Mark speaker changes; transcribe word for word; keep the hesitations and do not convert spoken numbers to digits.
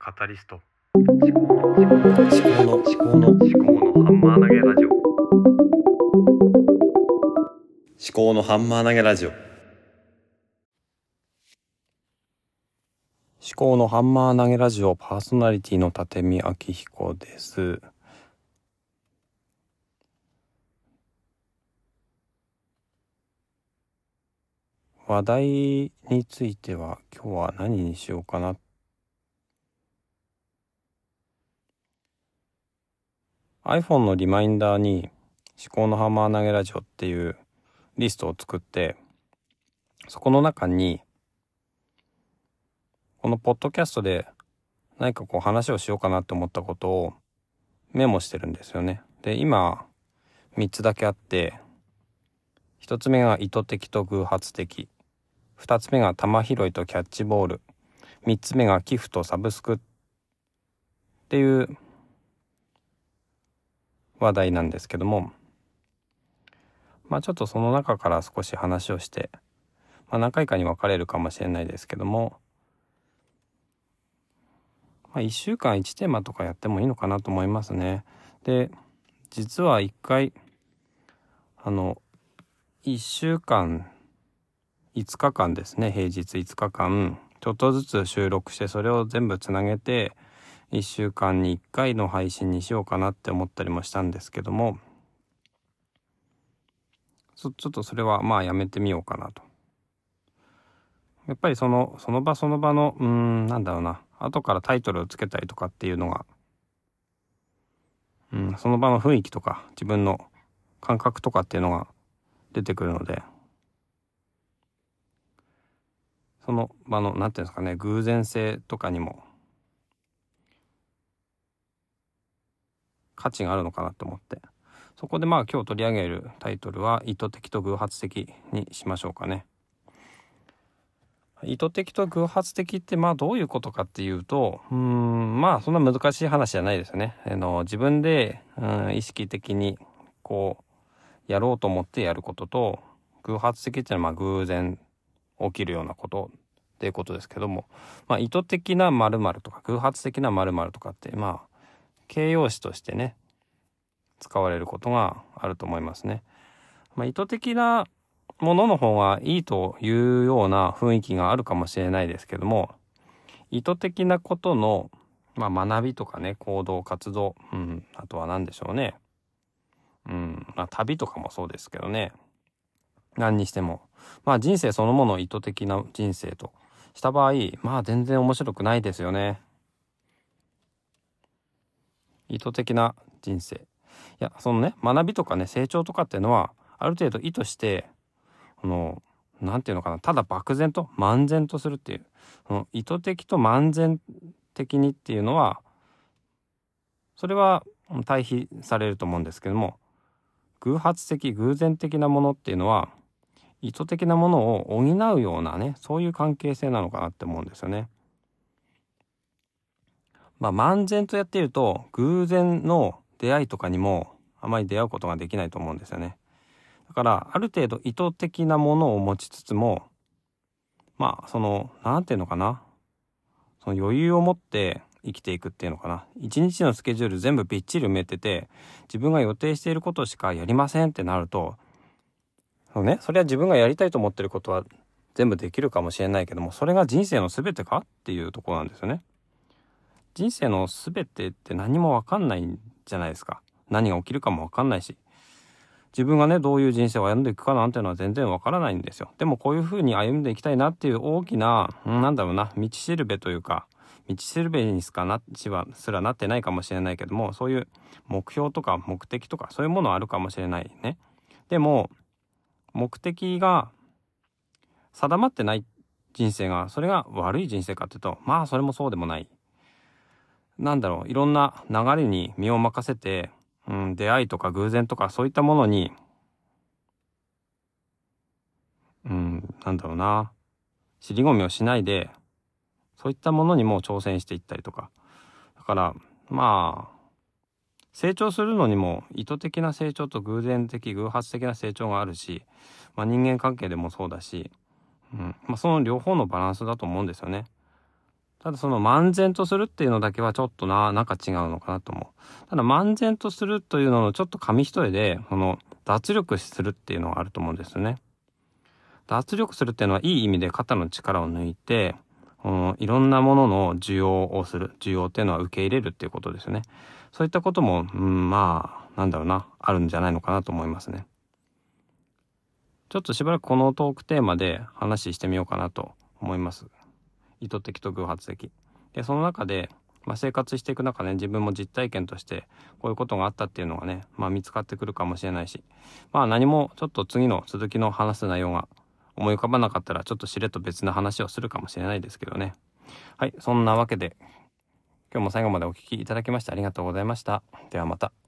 Speaker 1: カタリスト思考の思考の思考の思考の思考のハンマー投げラジオ思考のハンマー投げラジオ思考のハンマー投げラジオパーソナリティの立見明彦です。話題については今日は何にしようかな。iPhone のリマインダーに思考のハンマー投げラジオっていうリストを作って、そこの中にこのポッドキャストで何かこう話をしようかなって思ったことをメモしてるんですよね。で、今みっつだけあって、ひとつめが意図的と偶発的、ふたつめが玉拾いとキャッチボール、みっつめが寄付とサブスクっていう話題なんですけども、まあちょっとその中から少し話をして、まあ、何回かに分かれるかもしれないですけども、まあ、いっしゅうかんいちテーマとかやってもいいのかなと思いますね。で、実はいっかいあのいっしゅうかんいつかかんですね、平日いつかかんちょっとずつ収録して、それを全部つなげていっしゅうかんにいっかいの配信にしようかなって思ったりもしたんですけども、ちょ、ちょっとそれはまあやめてみようかなと。やっぱりそのその場その場のうーんなんだろうな、後からタイトルをつけたりとかっていうのが、うん、その場の雰囲気とか自分の感覚とかっていうのが出てくるので、その場のなんていうんですかね、偶然性とかにも価値があるのかなと思って、そこでまあ今日取り上げるタイトルは意図的と偶発的にしましょうかね。意図的と偶発的ってまあどういうことかっていうと、うーんまあそんな難しい話じゃないですよね。あの自分で、うん、意識的にこうやろうと思ってやることと、偶発的っていうのはまあ偶然起きるようなことっていうことですけども、まあ意図的な〇〇とか偶発的な〇〇とかってまあ形容詞としてね使われることがあると思いますね。まあ、意図的なものの方がいいというような雰囲気があるかもしれないですけども、意図的なことの、まあ、学びとかね、行動活動、うん、あとは何でしょうね、うん、まあ、旅とかもそうですけどね、何にしてもまあ人生そのものを意図的な人生とした場合、まあ全然面白くないですよね。意図的な人生、いやそのね、学びとかね、成長とかっていうのはある程度意図して、このなんていうのかな、ただ漠然と漫然とするっていう、その意図的と漫然的にっていうのは、それは対比されると思うんですけども、偶発的偶然的なものっていうのは意図的なものを補うようなね、そういう関係性なのかなって思うんですよね。まあ漫然とやっていると偶然の出会いとかにもあまり出会うことができないと思うんですよね。だからある程度意図的なものを持ちつつも、まあそのなんていうのかな、その余裕を持って生きていくっていうのかな。一日のスケジュール全部びっちり埋めてて、自分が予定していることしかやりませんってなると、そうね、それは自分がやりたいと思ってることは全部できるかもしれないけども、それが人生の全てかっていうところなんですよね。人生の全てって何も分かんないんじゃないですか。何が起きるかも分かんないし、自分がねどういう人生を歩んでいくかなんていうのは全然分からないんですよ。でもこういうふうに歩んでいきたいなっていう大きな、うん、なんだろうな、道しるべというか、道しるべにすかなしはすらなってないかもしれないけども、そういう目標とか目的とかそういうものはあるかもしれないね。でも目的が定まってない人生が、それが悪い人生かっていうと、まあそれもそうでもない。なんだろう、いろんな流れに身を任せて、うん、出会いとか偶然とかそういったものに、うん、なんだろうな、尻込みをしないで、そういったものにも挑戦していったりとか。だからまあ成長するのにも意図的な成長と偶然的偶発的な成長があるし、まあ、人間関係でもそうだし、うんまあ、その両方のバランスだと思うんですよね。 ただその漫然とするっていうのだけはちょっとな、なんか違うのかなと思う。ただ漫然とするというののちょっと紙一重で、その脱力するっていうのがあると思うんですよね。脱力するっていうのはいい意味で肩の力を抜いて、うん、いろんなものの需要をする。需要っていうのは受け入れるっていうことですよね。そういったことも、うん、まあ、なんだろうな、あるんじゃないのかなと思いますね。ちょっとしばらくこのトークテーマで話してみようかなと思います。意図的と偶発的。で、その中で、まあ、生活していく中で、ね、自分も実体験としてこういうことがあったっていうのがね、まあ見つかってくるかもしれないし、まあ何もちょっと次の続きの話す内容が思い浮かばなかったらちょっとしれっと別の話をするかもしれないですけどね。はい、そんなわけで今日も最後までお聞きいただきましてありがとうございました。ではまた。